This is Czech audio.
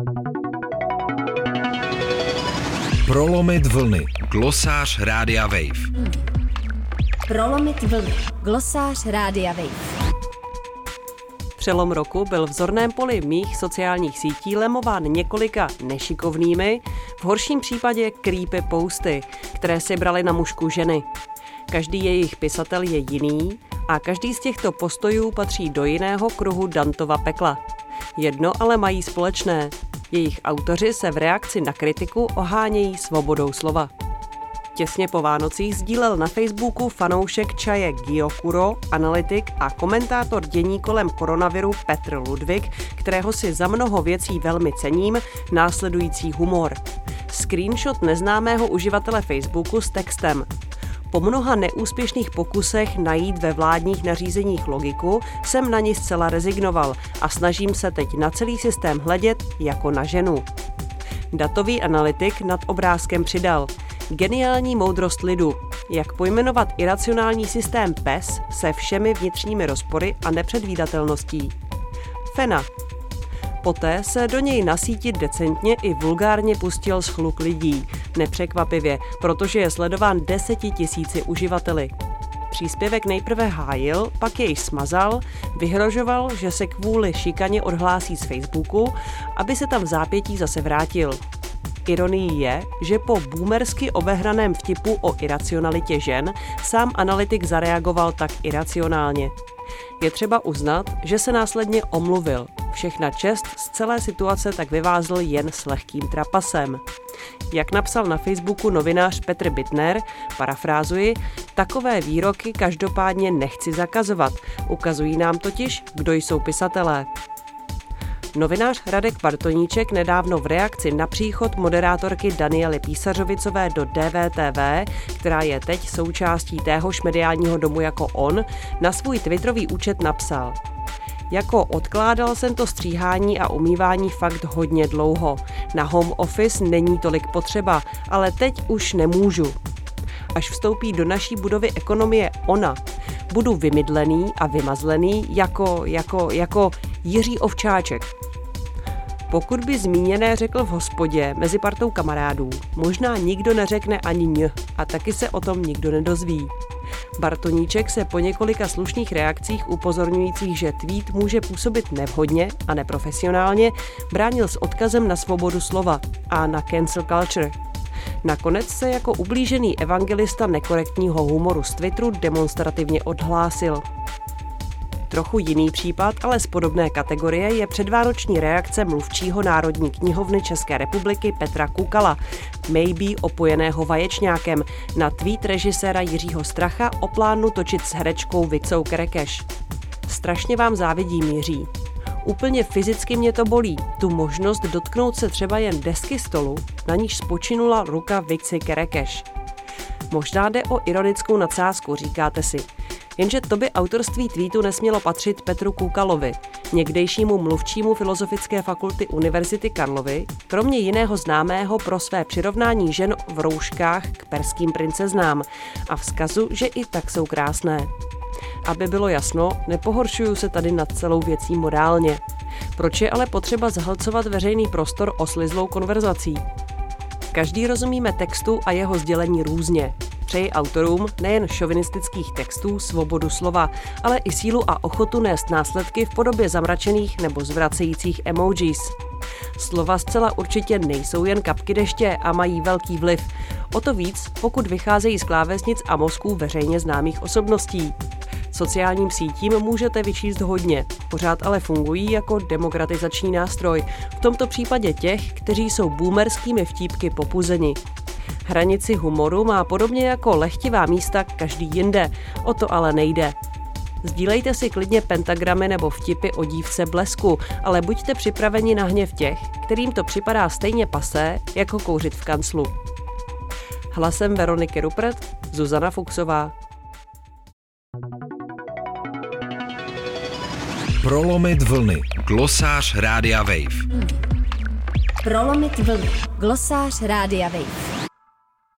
Prolomit vlny. Glosář Rádia Wave. Prolomit vlny. Glosář Rádia Wave. Přelom roku byl v zorném poli mých sociálních sítí lemován několika nešikovnými, v horším případě creepy posty, které si brali na mužku ženy. Každý jejich pisatel je jiný a každý z těchto postojů patří do jiného kruhu Dantova pekla. Jedno ale mají společné. Jejich autoři se v reakci na kritiku ohánějí svobodou slova. Těsně po Vánocích sdílel na Facebooku fanoušek čaje Gyokuro, analytik a komentátor dění kolem koronaviru Petr Ludvík, kterého si za mnoho věcí velmi cením, následující humor. Screenshot neznámého uživatele Facebooku s textem: po mnoha neúspěšných pokusech najít ve vládních nařízeních logiku jsem na ní zcela rezignoval a snažím se teď na celý systém hledět jako na ženu. Datový analytik nad obrázkem přidal: geniální moudrost lidu. Jak pojmenovat iracionální systém PES se všemi vnitřními rozpory a nepředvídatelností. Fena. Poté se do něj na síti decentně i vulgárně pustil schluk lidí. Nepřekvapivě, protože je sledován 10 000 uživateli. Příspěvek nejprve hájil, pak jej smazal, vyhrožoval, že se kvůli šikaně odhlásí z Facebooku, aby se tam v zápětí zase vrátil. Ironií je, že po boomersky obehraném vtipu o iracionalitě žen sám analytik zareagoval tak iracionálně. Je třeba uznat, že se následně omluvil. Všechna čest z celé situace tak vyvázl jen s lehkým trapasem. Jak napsal na Facebooku novinář Petr Bittner, parafrázuji, takové výroky každopádně nechci zakazovat. Ukazují nám totiž, kdo jsou pisatelé. Novinář Radek Bartoníček nedávno v reakci na příchod moderátorky Daniely Písařovicové do DVTV, která je teď součástí téhož mediálního domu jako on, na svůj twitterový účet napsal: jako odkládal jsem to stříhání a umývání fakt hodně dlouho. Na home office není tolik potřeba, ale teď už nemůžu. Až vstoupí do naší budovy ekonomie ona, budu vymydlený a vymazlený jako Jiří Ovčáček. Pokud by zmíněné řekl v hospodě mezi partou kamarádů, možná nikdo neřekne ani ň a taky se o tom nikdo nedozví. Bartoníček se po několika slušných reakcích upozorňujících, že tweet může působit nevhodně a neprofesionálně, bránil s odkazem na svobodu slova a na cancel culture. Nakonec se jako ublížený evangelista nekorektního humoru z Twitteru demonstrativně odhlásil. Trochu jiný případ, ale z podobné kategorie, je předvánoční reakce mluvčího Národní knihovny České republiky Petra Kukala, maybe opojeného vaječňákem, na tweet režiséra Jiřího Stracha o plánu točit s herečkou Vicou Kerekeš. Strašně vám závidím, Jiří. Úplně fyzicky mě to bolí, tu možnost dotknout se třeba jen desky stolu, na níž spočinula ruka Vici Kerekeš. Možná jde o ironickou nadsázku, říkáte si. Jenže to by autorství tweetu nesmělo patřit Petru Kukalovi, někdejšímu mluvčímu Filozofické fakulty Univerzity Karlovy, kromě jiného známého pro své přirovnání žen v rouškách k perským princeznám a vzkazu, že i tak jsou krásné. Aby bylo jasno, nepohoršuju se tady nad celou věcí morálně. Proč je ale potřeba zahlcovat veřejný prostor oslizlou konverzací? Každý rozumíme textu a jeho sdělení různě. Přeji autorům nejen šovinistických textů svobodu slova, ale i sílu a ochotu nést následky v podobě zamračených nebo zvracejících emojis. Slova zcela určitě nejsou jen kapky deště a mají velký vliv. O to víc, pokud vycházejí z klávesnic a mozků veřejně známých osobností. Sociálním sítím můžete vyčíst hodně, pořád ale fungují jako demokratizační nástroj, v tomto případě těch, kteří jsou boomerskými vtípky popuzeni. Hranici humoru má podobně jako lehtivá místa každý jinde, o to ale nejde. Sdílejte si klidně pentagramy nebo vtipy o dívce Blesku, ale buďte připraveni na hněv těch, kterým to připadá stejně pasé, jako kouřit v kanclu. Hlasem Veroniky Rupert, Zuzana Fuchsová. Prolomit vlny. Glosář Rádia Wave. Prolomit vlny. Glosář Rádia Wave.